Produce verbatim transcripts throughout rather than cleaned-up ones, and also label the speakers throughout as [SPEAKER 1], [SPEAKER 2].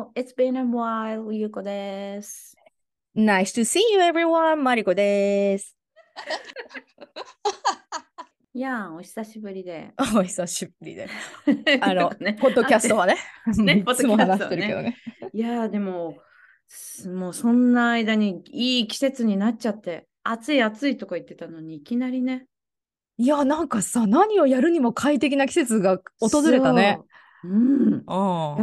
[SPEAKER 1] も、It's been a while, ゆうこです。
[SPEAKER 2] Nice to see you, everyone. マリコです。
[SPEAKER 1] いやー、お久しぶりで。
[SPEAKER 2] お久しぶりで。あの、
[SPEAKER 1] なんかね、
[SPEAKER 2] ポッドキャストはね、
[SPEAKER 1] ね、
[SPEAKER 2] い
[SPEAKER 1] ポッドキャス
[SPEAKER 2] つも話し
[SPEAKER 1] トね。
[SPEAKER 2] てるけどね。
[SPEAKER 1] いやー、でも、もうそんな間にいい季節になっちゃって、暑い暑いとか言ってたのに、いきなりね。
[SPEAKER 2] いや、なんかさ、何をやるにも快適な季節が訪れたね。
[SPEAKER 1] そう。うん。
[SPEAKER 2] うん。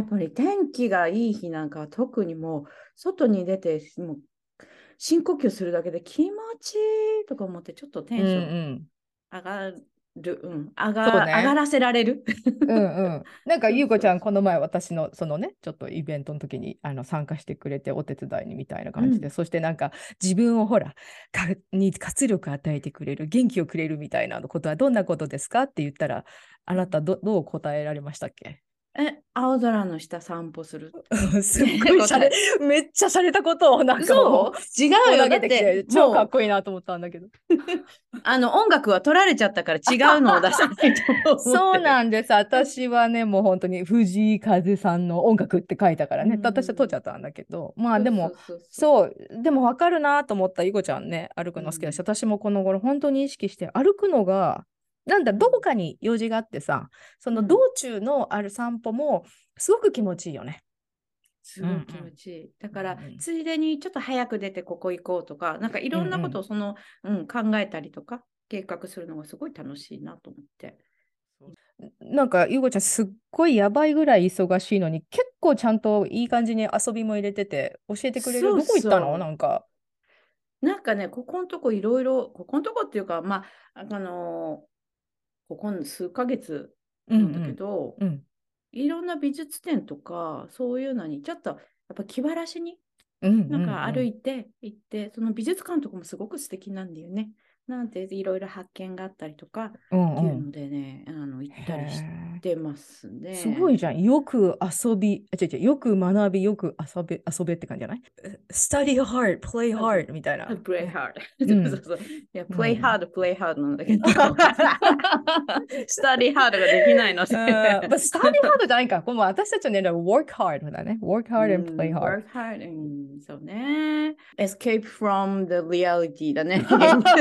[SPEAKER 1] やっぱり天気がいい日なんかは特にもう、外に出て、もう深呼吸するだけで気持ちいいとか思って、ちょっとテ
[SPEAKER 2] うんう
[SPEAKER 1] ンション
[SPEAKER 2] ん。
[SPEAKER 1] 上がる、うん、上が、上が
[SPEAKER 2] そうね。
[SPEAKER 1] らせられる。
[SPEAKER 2] うんうん。なんか、
[SPEAKER 1] そう
[SPEAKER 2] ゆうこちゃん、
[SPEAKER 1] そうそ
[SPEAKER 2] この前、私の、そのね、ちょっとイベントの時にあの参加してくれて、お手伝いにみたいな
[SPEAKER 1] う。う
[SPEAKER 2] 感じで、
[SPEAKER 1] ん。
[SPEAKER 2] そしてなんか、自分をほら、かに活力を与えてくれる、元気をくれるみたいなことはどんなことですかって言ったら、あなたど、どう答えられましたっけ？
[SPEAKER 1] え、青空の下散歩する
[SPEAKER 2] すっ
[SPEAKER 1] って
[SPEAKER 2] ごいしゃれ、
[SPEAKER 1] 答え。
[SPEAKER 2] めっちゃしゃれたことをなんかもう、
[SPEAKER 1] そう違うよ。
[SPEAKER 2] 尻尾投げ
[SPEAKER 1] だって、
[SPEAKER 2] てきて、超かっ
[SPEAKER 1] も
[SPEAKER 2] こいいなと思ったんだけど。
[SPEAKER 1] う、あの、音楽は取られちゃったから違うのを出さないと思っ
[SPEAKER 2] そう
[SPEAKER 1] てる。
[SPEAKER 2] なんです。私はね、もう本当に藤井風さんの音楽って書いたから
[SPEAKER 1] う
[SPEAKER 2] ね、私は取っちゃ
[SPEAKER 1] ん。
[SPEAKER 2] ったんだけど、まあでも、
[SPEAKER 1] そうそうそうそう。
[SPEAKER 2] そう、でも分かるなと思ったゆこちゃんね、歩くの好きだし、
[SPEAKER 1] うん。
[SPEAKER 2] 私もこの頃本当に意識して歩くのが、なんだ、
[SPEAKER 1] うん。
[SPEAKER 2] どこかに用事があってさ、その道
[SPEAKER 1] うん。
[SPEAKER 2] 中のある散歩もすごく気持ちいいよね。
[SPEAKER 1] すごい気持
[SPEAKER 2] うん
[SPEAKER 1] ちいい。だ
[SPEAKER 2] うん。
[SPEAKER 1] から、
[SPEAKER 2] うん
[SPEAKER 1] ついでにちょっと早く出てここ行こうとか、なんかいろんなこと
[SPEAKER 2] うんうん。
[SPEAKER 1] をその、うん、考えたりとか、計画するのがすごい楽しいなと思って。
[SPEAKER 2] なんか、ゆうこちゃん、すっごいやばいぐらい忙しいのに、結構ちゃんといい感じに遊びも入れてて、教えてくれる？
[SPEAKER 1] そう
[SPEAKER 2] どこ行ったの？な
[SPEAKER 1] そ
[SPEAKER 2] んか。
[SPEAKER 1] う。なんかね、ここのとこいろいろ、ここのとこっていうか、まあ、あのーここの数ヶ月
[SPEAKER 2] うん
[SPEAKER 1] なんだけど、
[SPEAKER 2] うん。うん。
[SPEAKER 1] いろんな美術展とか、そういうのに、ちょっと、やっぱ気晴らしに、
[SPEAKER 2] うんう
[SPEAKER 1] なんか歩
[SPEAKER 2] ん
[SPEAKER 1] いて行って、その美術館とかもすごく素敵なんだよね。なんていろいろ発見があったりとかっ
[SPEAKER 2] うん。うんうん。
[SPEAKER 1] ていうのでね、あの行っ
[SPEAKER 2] へ
[SPEAKER 1] たりし
[SPEAKER 2] え。
[SPEAKER 1] てます
[SPEAKER 2] すごい
[SPEAKER 1] ね。
[SPEAKER 2] じゃん。よく遊び、あ、違う違う、よく学び、よく遊べ、遊べって感じじゃない？ ?study hard, play
[SPEAKER 1] あと、
[SPEAKER 2] hard みたい
[SPEAKER 1] あと
[SPEAKER 2] な。
[SPEAKER 1] play
[SPEAKER 2] ね。
[SPEAKER 1] hard。
[SPEAKER 2] う
[SPEAKER 1] そうそう
[SPEAKER 2] ん。
[SPEAKER 1] そう。いや、
[SPEAKER 2] う
[SPEAKER 1] play
[SPEAKER 2] ん。
[SPEAKER 1] hard, play hard なんだけど、study hard ができないの
[SPEAKER 2] うん、
[SPEAKER 1] で
[SPEAKER 2] まあ、スタディハードじゃないか。これも私たちの年代は work hard だね。work
[SPEAKER 1] う
[SPEAKER 2] hard and play
[SPEAKER 1] ん、
[SPEAKER 2] hard。
[SPEAKER 1] work hard、うん、そうね。escape from the reality だね。現実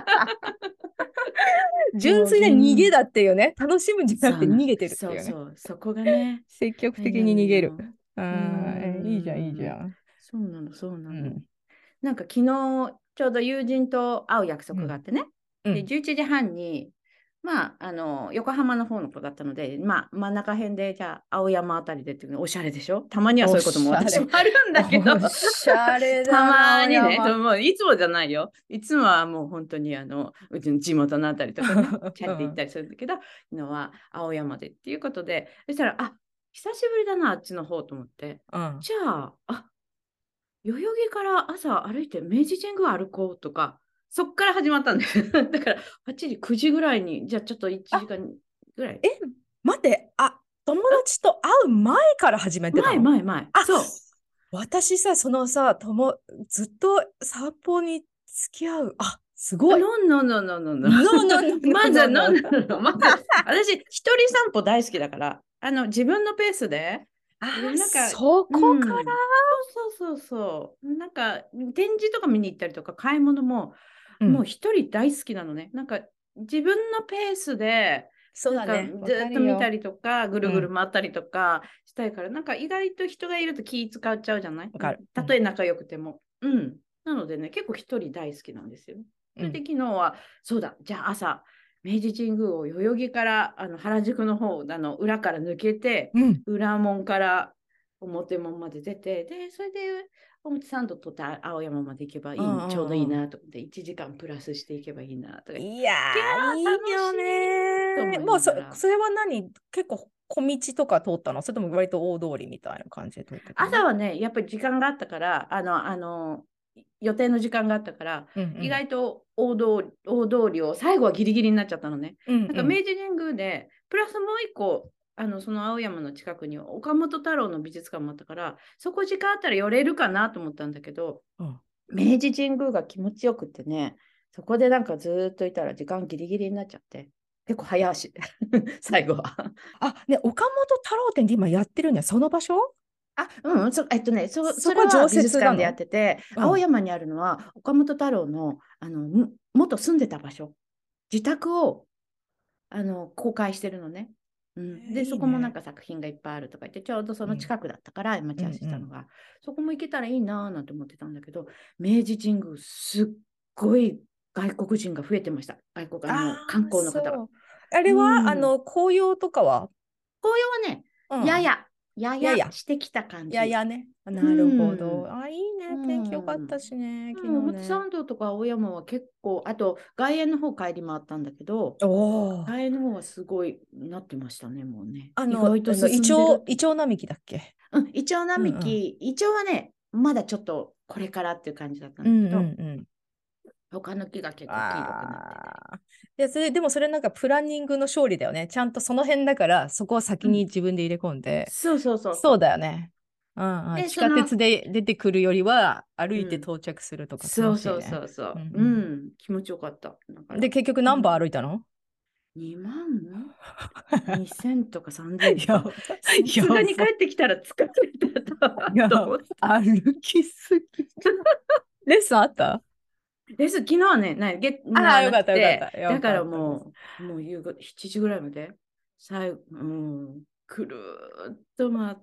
[SPEAKER 1] もう
[SPEAKER 2] 純粋な逃げ
[SPEAKER 1] 現、
[SPEAKER 2] だっていうね。楽しむんじゃなく
[SPEAKER 1] そうな、
[SPEAKER 2] て逃げてるっていうね。
[SPEAKER 1] そうそう、そこがね、
[SPEAKER 2] 積極的
[SPEAKER 1] あれな
[SPEAKER 2] に逃げる。
[SPEAKER 1] のよ。
[SPEAKER 2] あ
[SPEAKER 1] うー
[SPEAKER 2] ー、いいじゃん、いいじゃ
[SPEAKER 1] ん、
[SPEAKER 2] ん。
[SPEAKER 1] そうなの、そうなの。
[SPEAKER 2] うん。
[SPEAKER 1] なんか昨日、ちょうど友人と会う約
[SPEAKER 2] うん。
[SPEAKER 1] 束があってね。で、
[SPEAKER 2] うん。
[SPEAKER 1] じゅういちじはんに、まあ、あの、横浜の方の子だったので、まあ、真ん中辺で、じゃあ、青山あたりでっていうの、おしゃれでしょ？たまには
[SPEAKER 2] お
[SPEAKER 1] そういうことも
[SPEAKER 2] しゃれ。
[SPEAKER 1] 私もあるんだけど、
[SPEAKER 2] おしゃれ
[SPEAKER 1] た
[SPEAKER 2] だな、青
[SPEAKER 1] まにね、で
[SPEAKER 2] 山。
[SPEAKER 1] ももういつもじゃないよ。いつもはもう本当にあの、うちの地元のあたりとかね、チャリで行ったりするんだけど、のは青山でっていうことで、そしたら、あ、久しぶりだな、あっちの方と思って。
[SPEAKER 2] うん。
[SPEAKER 1] じゃあ、あ、代々木から朝歩いて明治神宮歩こうとか、そっから始まったんです。だから、はちじ、くじぐらいに、じゃあちょっと1
[SPEAKER 2] あ、
[SPEAKER 1] 時間ぐらい。
[SPEAKER 2] え、待って、あ、友達と会う前から始めてた
[SPEAKER 1] 前、
[SPEAKER 2] の？
[SPEAKER 1] 前、前。
[SPEAKER 2] あ、
[SPEAKER 1] そ
[SPEAKER 2] 私さ、そのさ、とも、ずっと散歩に付き合う。あ、す
[SPEAKER 1] う。
[SPEAKER 2] ごい。
[SPEAKER 1] ノンノンノンノンノンノン。
[SPEAKER 2] No, no, no,
[SPEAKER 1] ま
[SPEAKER 2] no,
[SPEAKER 1] ずは
[SPEAKER 2] no,
[SPEAKER 1] ノ
[SPEAKER 2] no.
[SPEAKER 1] ンノンノンノン。まず、私、一人散歩大好きだから、あの、自分のペースで、
[SPEAKER 2] あ、
[SPEAKER 1] で、なんか、
[SPEAKER 2] そ
[SPEAKER 1] う
[SPEAKER 2] こか
[SPEAKER 1] ん。そうそうそうそう。なんか、展示とか見に行ったりとか、買い物も、
[SPEAKER 2] ら。うん。
[SPEAKER 1] もう一人大好きなのね。なんか、自分のペースで、なんか
[SPEAKER 2] そうだね。わか
[SPEAKER 1] ずっと見た
[SPEAKER 2] るよ。
[SPEAKER 1] りとか、ぐるぐる
[SPEAKER 2] うん。
[SPEAKER 1] 回ったりとかしたいから、なんか意外と人がいると気使っちゃうじゃない？
[SPEAKER 2] わかる。うん。
[SPEAKER 1] たとえ仲良くても。うん。なのでね、結構一人大好きなんですよ。それで
[SPEAKER 2] うん。
[SPEAKER 1] 昨日は、そうだ、じゃあ朝、明治神宮を代々木からあの原宿の方、あの裏から抜けて、
[SPEAKER 2] うん。
[SPEAKER 1] 裏門から表門まで出て、で、それで表参道取って青山まで行けばい
[SPEAKER 2] うん
[SPEAKER 1] い、ちょうどいい
[SPEAKER 2] うんうん。
[SPEAKER 1] なと思って、いちじかんプラスしていけばいいなとか言って、
[SPEAKER 2] いや
[SPEAKER 1] いや
[SPEAKER 2] ー、いいよ
[SPEAKER 1] ー楽しいと
[SPEAKER 2] ねー。
[SPEAKER 1] 思い
[SPEAKER 2] もうそ、
[SPEAKER 1] ながら。
[SPEAKER 2] それは何？結構小道とか通ったの？それとも割と大通りみたいな感じで通ってたの？
[SPEAKER 1] 朝はね、やっぱり時間があったから、あの、あの、予定の時間があったから、意
[SPEAKER 2] うんうん。
[SPEAKER 1] 外と大通り、大通りを最後はギリギリになっちゃったのね。
[SPEAKER 2] うんうん。
[SPEAKER 1] なんか明治神宮で、プラスもう一個、あの、その青山の近くに岡本太郎の美術館もあったから、そこ時間あったら寄れるかなと思ったんだけど、
[SPEAKER 2] うん。
[SPEAKER 1] 明治神宮が気持ちよくってね、そこでなんかずっといたら時間ギリギリになっちゃって、結構早足、最後は。
[SPEAKER 2] あ、ね、岡本太郎展で今やってるんや。その場所？
[SPEAKER 1] あ、うん、そ、えっとね、そ、
[SPEAKER 2] そこ常
[SPEAKER 1] それは美術館でやっ
[SPEAKER 2] 設なの？
[SPEAKER 1] てて、
[SPEAKER 2] うん。
[SPEAKER 1] 青山にあるのは岡本太郎の、あの、む元住んでた場所、自宅をあの公開してるのね。う
[SPEAKER 2] え
[SPEAKER 1] ん、
[SPEAKER 2] ー
[SPEAKER 1] で、そこもなん
[SPEAKER 2] いいね。
[SPEAKER 1] か作品がいっぱいあるとか言って、ちょうどそ
[SPEAKER 2] うん。
[SPEAKER 1] の近くだったから待ち合わせ
[SPEAKER 2] うんうん。
[SPEAKER 1] したのが、そこも行けたらいいなーなんて思ってたんだけど、明治神宮、すっごい外国人が増えてました。外国、あの、観
[SPEAKER 2] ああ、
[SPEAKER 1] 光の方が。
[SPEAKER 2] そう。あ
[SPEAKER 1] う
[SPEAKER 2] れは、あ
[SPEAKER 1] ん。
[SPEAKER 2] の、紅葉とかは？
[SPEAKER 1] 紅葉はね、
[SPEAKER 2] うん。
[SPEAKER 1] やや、や
[SPEAKER 2] いやいや、
[SPEAKER 1] やしてきた感
[SPEAKER 2] いやい
[SPEAKER 1] じ。
[SPEAKER 2] やね。
[SPEAKER 1] う
[SPEAKER 2] なるほど。
[SPEAKER 1] ん。
[SPEAKER 2] あ、いい
[SPEAKER 1] う
[SPEAKER 2] ね。天気良かった
[SPEAKER 1] ん。
[SPEAKER 2] しね、昨
[SPEAKER 1] うん、表
[SPEAKER 2] 日ね。
[SPEAKER 1] 参道とか青山は結構、あと外苑の方帰り回ったんだけど、
[SPEAKER 2] おお。
[SPEAKER 1] 外苑の方はすごいなってましたね、もうね。
[SPEAKER 2] あの、
[SPEAKER 1] 意外と
[SPEAKER 2] あの、イ
[SPEAKER 1] 進ん
[SPEAKER 2] チョウ、
[SPEAKER 1] でると。
[SPEAKER 2] イチョウ並木だっけ？
[SPEAKER 1] うん、イチョウ
[SPEAKER 2] うんうん。
[SPEAKER 1] 並木、イチョウはね、まだちょっとこれからっていう感じだったん
[SPEAKER 2] うんう
[SPEAKER 1] だけど、
[SPEAKER 2] んうん。
[SPEAKER 1] 他の木が結構黄色くなってて。
[SPEAKER 2] ああ。いや、それ、でもそれなんかプランニングの勝利だよね。ちゃんとその辺だから、そこを先に
[SPEAKER 1] うん、
[SPEAKER 2] 自分で入れ込んで。
[SPEAKER 1] そうそうそう
[SPEAKER 2] そう
[SPEAKER 1] そ
[SPEAKER 2] だよね。うん
[SPEAKER 1] う。
[SPEAKER 2] うん。
[SPEAKER 1] で、
[SPEAKER 2] 地下
[SPEAKER 1] その、
[SPEAKER 2] 鉄で出てくるよりは、歩いて
[SPEAKER 1] うん、
[SPEAKER 2] 到着するとか楽
[SPEAKER 1] そうそうそ
[SPEAKER 2] しいね。
[SPEAKER 1] うそ
[SPEAKER 2] うん
[SPEAKER 1] う。うん、気持ちよかった。だか
[SPEAKER 2] うん。で、
[SPEAKER 1] ら、
[SPEAKER 2] 結局何本
[SPEAKER 1] うん、
[SPEAKER 2] 歩いたの？
[SPEAKER 1] にまんにせんとかさんぜんとか、
[SPEAKER 2] やば、
[SPEAKER 1] さすがに帰
[SPEAKER 2] やば、
[SPEAKER 1] ってきたら疲れたな
[SPEAKER 2] やば、
[SPEAKER 1] と思って。
[SPEAKER 2] 歩きすぎ。レッスンあった？
[SPEAKER 1] です、昨日はね、ない、げ
[SPEAKER 2] ああー、
[SPEAKER 1] な、な
[SPEAKER 2] よかったよかっ
[SPEAKER 1] くて、
[SPEAKER 2] た。よ
[SPEAKER 1] だから
[SPEAKER 2] かったです。
[SPEAKER 1] もう、もう夕方しちじぐらいまで、最後、うん、くるーっと回って、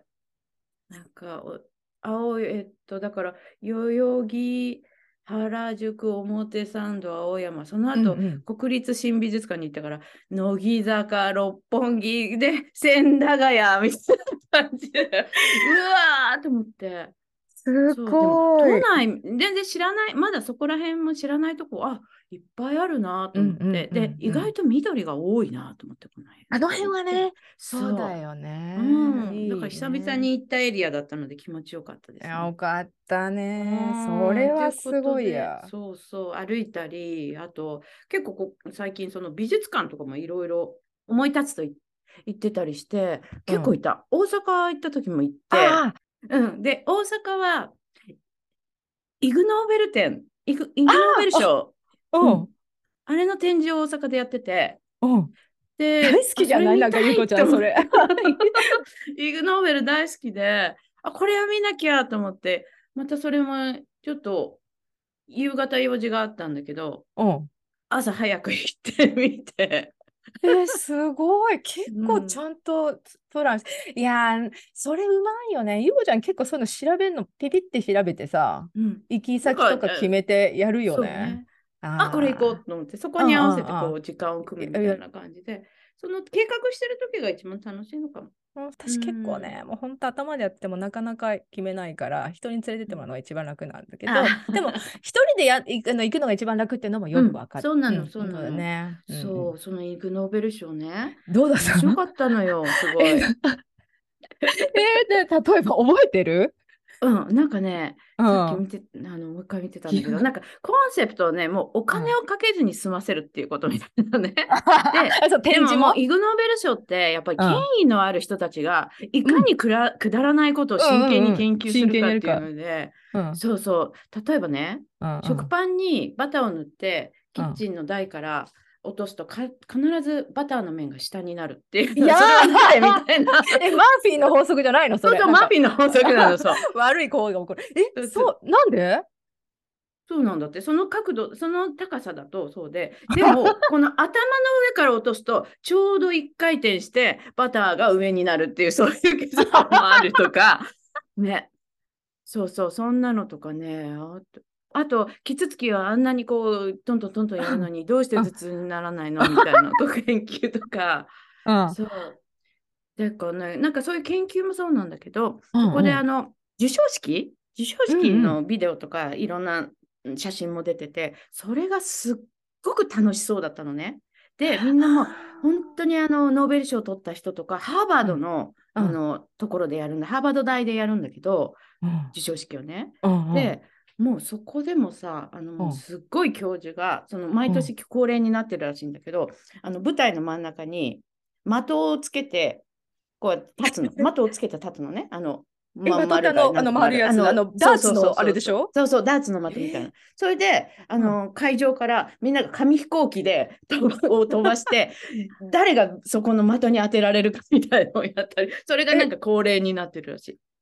[SPEAKER 1] なんか、お青い、えっと、だから、代々木、原宿、表参道、青山、その後、
[SPEAKER 2] うんうん。
[SPEAKER 1] 国立新美術館に行ったから、乃木坂、六本木で、千駄ヶ谷みたいな感じで、うわーと思って。
[SPEAKER 2] す
[SPEAKER 1] そう、でも都
[SPEAKER 2] ごい。
[SPEAKER 1] 内、全然知らない、まだそこら辺も知らないとこ、あ、いっぱいあるなと
[SPEAKER 2] うんうん
[SPEAKER 1] 思って、で、
[SPEAKER 2] うんうん。
[SPEAKER 1] 意外と緑が多いなと思って、この辺
[SPEAKER 2] あの
[SPEAKER 1] とか言って、
[SPEAKER 2] 辺はね、そうだ
[SPEAKER 1] そ
[SPEAKER 2] よ
[SPEAKER 1] う、う
[SPEAKER 2] ね。
[SPEAKER 1] ん、だか
[SPEAKER 2] いい
[SPEAKER 1] ら久々
[SPEAKER 2] ね。
[SPEAKER 1] に行ったエリアだったので気持ちよかったですね。
[SPEAKER 2] よかった
[SPEAKER 1] う
[SPEAKER 2] ね。そ
[SPEAKER 1] ーん、
[SPEAKER 2] れ
[SPEAKER 1] というこ
[SPEAKER 2] はすごい
[SPEAKER 1] とで、
[SPEAKER 2] や。
[SPEAKER 1] そうそう、歩いたり、あと、結構こ最近、その美術館とかもいろいろ思い立つとい行ってたりして、
[SPEAKER 2] うん。
[SPEAKER 1] 結構いた。大阪行った時も行って、
[SPEAKER 2] あ
[SPEAKER 1] うん、で、大阪は、イグ・ノーベル展、イグ、イ
[SPEAKER 2] あ、
[SPEAKER 1] グ・ノーベル
[SPEAKER 2] ああ、
[SPEAKER 1] 賞、うん、
[SPEAKER 2] うん、
[SPEAKER 1] あれの展示を大阪でやってて、
[SPEAKER 2] うん。大
[SPEAKER 1] で、あ、
[SPEAKER 2] 好きじゃない？なん
[SPEAKER 1] それ見た
[SPEAKER 2] かゆうこちゃん、
[SPEAKER 1] いと思って、
[SPEAKER 2] それ。
[SPEAKER 1] イグ・ノーベル大好きで、あ、これは見なきゃと思って、またそれもちょっと夕方用事があったんだけど、
[SPEAKER 2] うん。
[SPEAKER 1] 朝早く行ってみて、
[SPEAKER 2] えー、すごい。結構ち
[SPEAKER 1] うん、
[SPEAKER 2] ゃんとプランし、いやー、それうまいよね。ゆうこちゃん結構そういうの調べるの、ピピって調べてさ、
[SPEAKER 1] うん。
[SPEAKER 2] 行き先
[SPEAKER 1] なんか、
[SPEAKER 2] とか決めてやるよね。
[SPEAKER 1] そうね。あ、これ行こ
[SPEAKER 2] あ
[SPEAKER 1] うと思って、そこ
[SPEAKER 2] あ、う
[SPEAKER 1] に合わせて
[SPEAKER 2] んうん
[SPEAKER 1] こう時間を組むみ
[SPEAKER 2] うん。いや
[SPEAKER 1] たいな感じで、その計画してる時が一番楽しいのかも。
[SPEAKER 2] うん
[SPEAKER 1] う
[SPEAKER 2] 私結構ね、
[SPEAKER 1] ん。
[SPEAKER 2] もう本当頭でやってもなかなか決めないから、人に連れてってもらうの
[SPEAKER 1] うん、
[SPEAKER 2] が一番楽なんだけど、
[SPEAKER 1] あ、
[SPEAKER 2] でも、一人でや行くの行くのが一番楽っていうのも
[SPEAKER 1] うん、
[SPEAKER 2] よくわかる。
[SPEAKER 1] そうなの、
[SPEAKER 2] うん、そうだ
[SPEAKER 1] そうなの。
[SPEAKER 2] ね。うんうん。
[SPEAKER 1] そう、そのイグ・ノーベル賞ね。
[SPEAKER 2] どうだった？
[SPEAKER 1] 面白かったのよ、す
[SPEAKER 2] え、
[SPEAKER 1] ごい。
[SPEAKER 2] えー、で、例えば覚えてる？
[SPEAKER 1] うん、なんかね、
[SPEAKER 2] うん。
[SPEAKER 1] さっき見て、あの、もう一回見てたんだけど、
[SPEAKER 2] 記憶。
[SPEAKER 1] なんかコンセプトをね、もうお
[SPEAKER 2] うん。
[SPEAKER 1] 金をかけずに済ませるっていうことみたいなね。で、
[SPEAKER 2] あ、そう、
[SPEAKER 1] でももう
[SPEAKER 2] 展示も。
[SPEAKER 1] イグ・ノーベル賞って、やっぱり権
[SPEAKER 2] うん。
[SPEAKER 1] 威のある人たちが、いか
[SPEAKER 2] うん。
[SPEAKER 1] にくらくだらないことを
[SPEAKER 2] うん
[SPEAKER 1] 真剣に
[SPEAKER 2] うんうん。
[SPEAKER 1] 研究す
[SPEAKER 2] 真
[SPEAKER 1] るかっていう
[SPEAKER 2] 剣にやるか。
[SPEAKER 1] ので、
[SPEAKER 2] うん。
[SPEAKER 1] そうそう、例えばね、
[SPEAKER 2] うんうん。
[SPEAKER 1] 食パンにバターを塗って、キッ
[SPEAKER 2] うん。
[SPEAKER 1] チンの台から落とすとか、必ずバターの面が下になるっていう、
[SPEAKER 2] いやー
[SPEAKER 1] それはなぜみたいな。
[SPEAKER 2] え、マーフィーの法則じゃないのそれ？
[SPEAKER 1] そうそう、マ
[SPEAKER 2] なんか
[SPEAKER 1] フィンの法則なの、そう。
[SPEAKER 2] 悪い行為が起こる。え、
[SPEAKER 1] そうそう
[SPEAKER 2] そう、なんで？
[SPEAKER 1] そうなんだって、その角度、その高さだとそうで、でも、この頭の上から落とすと、ちょうど一回転して、バターが上になるっていう、そういう結論もあるとか、ね、そうそう、そんなのとかね、あと、あとキツツキはあんなにこう、トントントントンやるのに、どうして頭痛にならないのみたいなと研究とか、
[SPEAKER 2] うん。
[SPEAKER 1] そう。でかね、なんかそういう研究もそうなんだけど、そこ
[SPEAKER 2] うんうん。
[SPEAKER 1] であの、授賞式授賞式
[SPEAKER 2] うんうん。
[SPEAKER 1] のビデオとかいろんな写真も出てて、それがすっごく楽しそうだったのね。で、みんなもう本当にあのノーベル賞を取った人とか、ハーバー
[SPEAKER 2] うん。
[SPEAKER 1] ドの、あ
[SPEAKER 2] うん。
[SPEAKER 1] のところでやるんだ、ハーバード大でやるんだけど、
[SPEAKER 2] うん。
[SPEAKER 1] 授賞式をね。
[SPEAKER 2] うんうん。
[SPEAKER 1] で、もうそこでもさ、あのもう
[SPEAKER 2] うん。
[SPEAKER 1] すっごい教授が、その毎
[SPEAKER 2] うん。
[SPEAKER 1] 年恒例になってるらしいんだけど、あの舞台の真ん中に的をつけて、こう立つの。的をつけて立つのね。あの、
[SPEAKER 2] え、
[SPEAKER 1] ま、
[SPEAKER 2] 的ってあ
[SPEAKER 1] 丸が
[SPEAKER 2] の、あの
[SPEAKER 1] 何個もある。
[SPEAKER 2] 回るやつ、あ
[SPEAKER 1] あの、
[SPEAKER 2] の、ダ
[SPEAKER 1] そうそうそう
[SPEAKER 2] ーツのあ
[SPEAKER 1] そうそう。
[SPEAKER 2] れでしょ？
[SPEAKER 1] そうそう、ダーツの的みたいな。
[SPEAKER 2] えー
[SPEAKER 1] それで、あ
[SPEAKER 2] うん。
[SPEAKER 1] の、会場からみんなが紙飛行機でを飛ばして、誰がそこの的に当てられるかみたいなのをやったり、それがなん
[SPEAKER 2] え、
[SPEAKER 1] か恒例になってるらしい。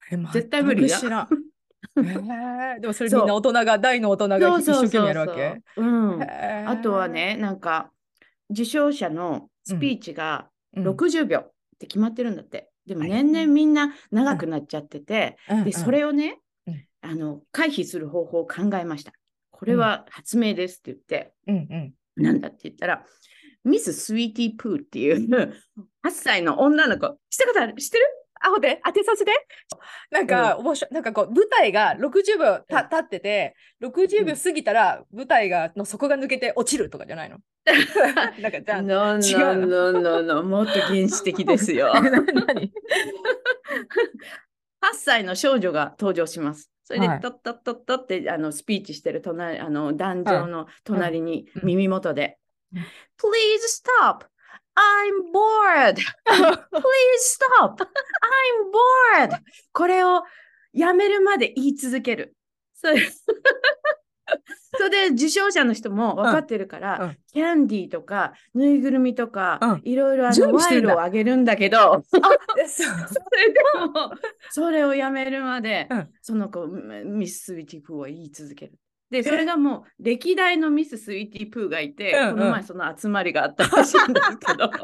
[SPEAKER 2] え、
[SPEAKER 1] 絶対無理だ。
[SPEAKER 2] 全く知らん。へえ、でもそれみんな
[SPEAKER 1] そ
[SPEAKER 2] 大人が、大の大人
[SPEAKER 1] う。
[SPEAKER 2] が
[SPEAKER 1] そうそう
[SPEAKER 2] 一生懸命
[SPEAKER 1] そうそ
[SPEAKER 2] やるわけ？
[SPEAKER 1] う。う
[SPEAKER 2] へ
[SPEAKER 1] ん。あとは
[SPEAKER 2] え。
[SPEAKER 1] ね、なんか、受賞者の
[SPEAKER 2] うん、
[SPEAKER 1] スピーチが
[SPEAKER 2] うん。
[SPEAKER 1] ろくじゅうびょうって決まってるんだって。でも
[SPEAKER 2] へ
[SPEAKER 1] 年々
[SPEAKER 2] え。
[SPEAKER 1] みんな
[SPEAKER 2] うん、
[SPEAKER 1] 長くなっちゃってて、
[SPEAKER 2] うん、
[SPEAKER 1] で、そ
[SPEAKER 2] うん、
[SPEAKER 1] れをね、
[SPEAKER 2] うん、
[SPEAKER 1] あの、回避する方法を考えました。こ
[SPEAKER 2] うん、
[SPEAKER 1] れは発明ですって言って、
[SPEAKER 2] うん、うん。
[SPEAKER 1] なんだって言ったら、ミス・スイーティー・プーっていうはっさいの女の子、したことある？知ってる？
[SPEAKER 2] あ、ほんで、当てさせて。なんか、
[SPEAKER 1] うん。
[SPEAKER 2] 面白い、なんかこう、舞台がろくじゅうびょうた
[SPEAKER 1] うん
[SPEAKER 2] 経ってて、60秒
[SPEAKER 1] うん。
[SPEAKER 2] 過ぎたら、舞台が、の底が抜けて落ちるとかじゃないの？なんか、じゃあ、
[SPEAKER 1] no,
[SPEAKER 2] 違
[SPEAKER 1] no,
[SPEAKER 2] うの？
[SPEAKER 1] no, no, no. もっと原始的ですよ。
[SPEAKER 2] え、な、何？
[SPEAKER 1] はっさいの少女が登場します。それで、
[SPEAKER 2] はい。
[SPEAKER 1] トットットットってあのスピーチしてる隣、あの壇
[SPEAKER 2] うん。
[SPEAKER 1] 上の
[SPEAKER 2] うん。
[SPEAKER 1] 隣に
[SPEAKER 2] うん。
[SPEAKER 1] 耳元で、
[SPEAKER 2] うん
[SPEAKER 1] Please stop! I'm bored! Please stop! I'm bored! これをやめるまで言い続ける。それそれで受賞者の人も分かってるから、
[SPEAKER 2] うん。
[SPEAKER 1] キャンディーとかぬいぐるみとか
[SPEAKER 2] うん。
[SPEAKER 1] いろいろあ
[SPEAKER 2] 準
[SPEAKER 1] の賄賂を
[SPEAKER 2] 備してるんだ。
[SPEAKER 1] あげるんだけど、
[SPEAKER 2] あ、え、そう。
[SPEAKER 1] それでもそれをやめるまで
[SPEAKER 2] うん。
[SPEAKER 1] その子ミス・スイーティープーを言い続ける。で、それ
[SPEAKER 2] え、
[SPEAKER 1] がもう歴代のミス・スイーティープーがいて、
[SPEAKER 2] うんうん。
[SPEAKER 1] この前その集まりがあったらしいんですけど、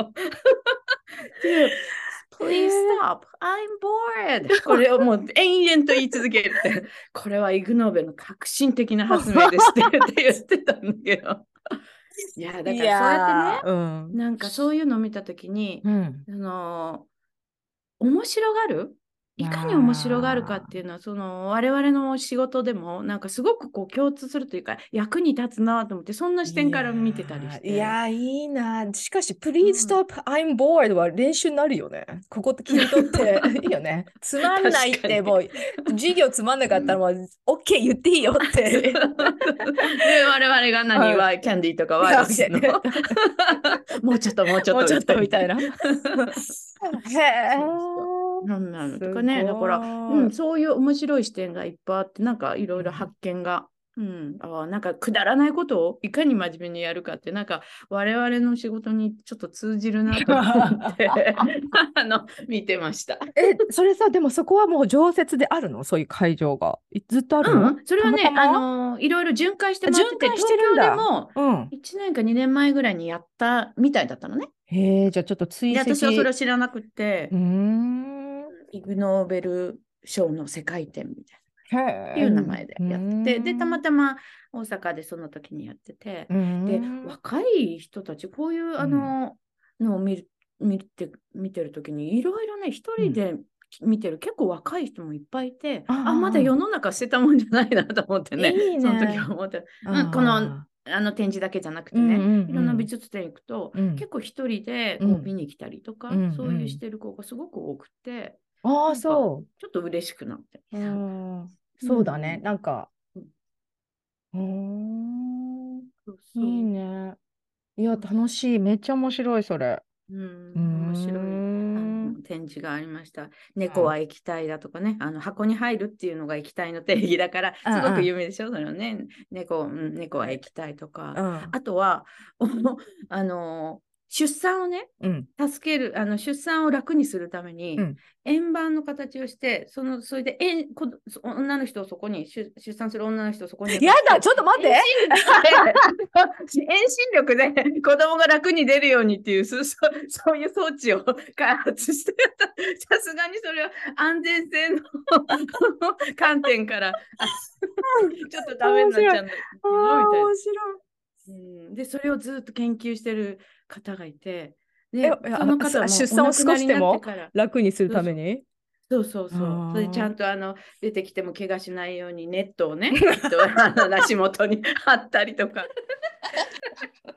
[SPEAKER 2] え
[SPEAKER 1] Please
[SPEAKER 2] ー
[SPEAKER 1] stop, I'm bored. これをもう延々と言い続けるって、これはイグノーベルの革新的な発明ですって言ってたんだけど。いや、だ
[SPEAKER 2] い
[SPEAKER 1] からそうやってね、
[SPEAKER 2] やー、うん。
[SPEAKER 1] なんかそういうのを見たときに、
[SPEAKER 2] うん。
[SPEAKER 1] あの面白がる、いかに面白がるかっ
[SPEAKER 2] あ
[SPEAKER 1] ていうのは、その我々の仕事でもなんかすごくこう共通するというか、役に立つなと思って、そんな
[SPEAKER 2] ー、
[SPEAKER 1] 視点
[SPEAKER 2] いや
[SPEAKER 1] から見てたりし
[SPEAKER 2] ー、い
[SPEAKER 1] て。
[SPEAKER 2] やー、いいな。しかし、
[SPEAKER 1] う
[SPEAKER 2] Please
[SPEAKER 1] ん、
[SPEAKER 2] stop, I'm bored は練習になるよね。ここって切り取っていいよね。つまんないって、
[SPEAKER 1] 確かに。
[SPEAKER 2] もう、授業つまんなかったらもう、OK 言っていいよっ
[SPEAKER 1] そう
[SPEAKER 2] て。
[SPEAKER 1] で、我々が何、
[SPEAKER 2] はい。
[SPEAKER 1] ワイキャンディーとか賄賂するの？
[SPEAKER 2] OK
[SPEAKER 1] もうちょっと、もうちょっ
[SPEAKER 2] もうちょっ
[SPEAKER 1] とみたい
[SPEAKER 2] とみたいな。
[SPEAKER 1] な。
[SPEAKER 2] へえ、
[SPEAKER 1] そうそう。なんなのと
[SPEAKER 2] す
[SPEAKER 1] かね。だから、うん、
[SPEAKER 2] ごい。
[SPEAKER 1] そういう面白い視点がいっぱいあって、なんかいろいろ発
[SPEAKER 2] うん。
[SPEAKER 1] 見が、うん、あ、なんかくだらないことをいかに真面目にやるかって、なんか我々の仕事にちょっと通じるなと思ってあの、見てました。
[SPEAKER 2] え、それさ、でもそこはもう常設であるの？そういう会場が。いずっとあるの？
[SPEAKER 1] うん、それ
[SPEAKER 2] た
[SPEAKER 1] はね、あ
[SPEAKER 2] またま？
[SPEAKER 1] のいろいろ巡回して
[SPEAKER 2] あ、巡
[SPEAKER 1] 回ってて、
[SPEAKER 2] 回して
[SPEAKER 1] 東京で
[SPEAKER 2] るんだ。
[SPEAKER 1] も
[SPEAKER 2] うん。
[SPEAKER 1] いちねんかにねんまえぐらいにやったみたいだったのね。
[SPEAKER 2] へえ、じゃあちょっと追
[SPEAKER 1] で、私はそれ
[SPEAKER 2] 跡。
[SPEAKER 1] を知らなくて、
[SPEAKER 2] うーん。
[SPEAKER 1] イグ・ノーベル賞の世界展みたいな。
[SPEAKER 2] へ
[SPEAKER 1] って
[SPEAKER 2] え、
[SPEAKER 1] いう名
[SPEAKER 2] う
[SPEAKER 1] 前で
[SPEAKER 2] ー
[SPEAKER 1] やってて、で、たま
[SPEAKER 2] ん。
[SPEAKER 1] たま大阪でその時にやってて、
[SPEAKER 2] うー
[SPEAKER 1] で、
[SPEAKER 2] ん。
[SPEAKER 1] 若い人たち、こういうあ
[SPEAKER 2] うん。
[SPEAKER 1] ののを見る見て見てる時に、いろいろね、一
[SPEAKER 2] うん。
[SPEAKER 1] 人で見てる結構若い人もいっぱいいて、
[SPEAKER 2] あ
[SPEAKER 1] あ、まだ世
[SPEAKER 2] あ、
[SPEAKER 1] の中捨てたもんじゃないなと思ってね、
[SPEAKER 2] いい
[SPEAKER 1] その時
[SPEAKER 2] ね。
[SPEAKER 1] は思って、うん、この、
[SPEAKER 2] ああ。
[SPEAKER 1] あの展示だけじゃなく
[SPEAKER 2] うん
[SPEAKER 1] てね、
[SPEAKER 2] うん
[SPEAKER 1] いろんな美
[SPEAKER 2] うん。
[SPEAKER 1] 術展行くと、
[SPEAKER 2] うん。
[SPEAKER 1] 結構一人で
[SPEAKER 2] うん。
[SPEAKER 1] こう見に来たりと
[SPEAKER 2] うん
[SPEAKER 1] か、そういうし
[SPEAKER 2] うん。
[SPEAKER 1] てる子がすごく多くて、
[SPEAKER 2] ああ、
[SPEAKER 1] なんか
[SPEAKER 2] そ
[SPEAKER 1] ちょっと嬉しくなって。
[SPEAKER 2] う。うん。
[SPEAKER 1] う
[SPEAKER 2] そうだね。
[SPEAKER 1] ん。
[SPEAKER 2] なんか、うーん。
[SPEAKER 1] そうそ
[SPEAKER 2] いい
[SPEAKER 1] う。
[SPEAKER 2] ね。いや、
[SPEAKER 1] そうそ
[SPEAKER 2] 楽しい。めっちゃ面白い、それ。
[SPEAKER 1] う。う
[SPEAKER 2] うー
[SPEAKER 1] ん、面白いあ
[SPEAKER 2] ん。
[SPEAKER 1] の展示がありました。猫は液体だとかね、あの箱に入るっていうのが液体の定義だから、
[SPEAKER 2] うん
[SPEAKER 1] すごく
[SPEAKER 2] うん。
[SPEAKER 1] 有名でしょ、それはね。猫、うん、猫は
[SPEAKER 2] はい。
[SPEAKER 1] 液体とか。
[SPEAKER 2] うん。
[SPEAKER 1] あとは、おあの、出産をね、
[SPEAKER 2] うん。
[SPEAKER 1] 助ける、あの出産を楽にするために、
[SPEAKER 2] うん。
[SPEAKER 1] 円盤の形をして、そのそれで円こ女の人をそこに出、出産する女の人をそこに寝
[SPEAKER 2] やだ、
[SPEAKER 1] かして、
[SPEAKER 2] ちょっと待って。
[SPEAKER 1] 遠心力で遠心力で子供が楽に出るようにっていうそそういう装置を開発して、さすがにそれは安全性の観点からちょっとダメになっち
[SPEAKER 2] 面白い。あ
[SPEAKER 1] ゃうんだけ
[SPEAKER 2] あ、
[SPEAKER 1] どみたいな。
[SPEAKER 2] 面白い。
[SPEAKER 1] うん、でそれをずっと研究してる方がいて、
[SPEAKER 2] え、
[SPEAKER 1] でそ
[SPEAKER 2] あ、す
[SPEAKER 1] の方はもうお
[SPEAKER 2] 出産を少
[SPEAKER 1] 亡くなりになって
[SPEAKER 2] しでも
[SPEAKER 1] から
[SPEAKER 2] 楽にする
[SPEAKER 1] そうそう
[SPEAKER 2] ために？
[SPEAKER 1] そうそうそう。それでちゃ
[SPEAKER 2] あ
[SPEAKER 1] んとあの出てきても怪我しないようにネットをね、きっとあの足元に貼ったりとか。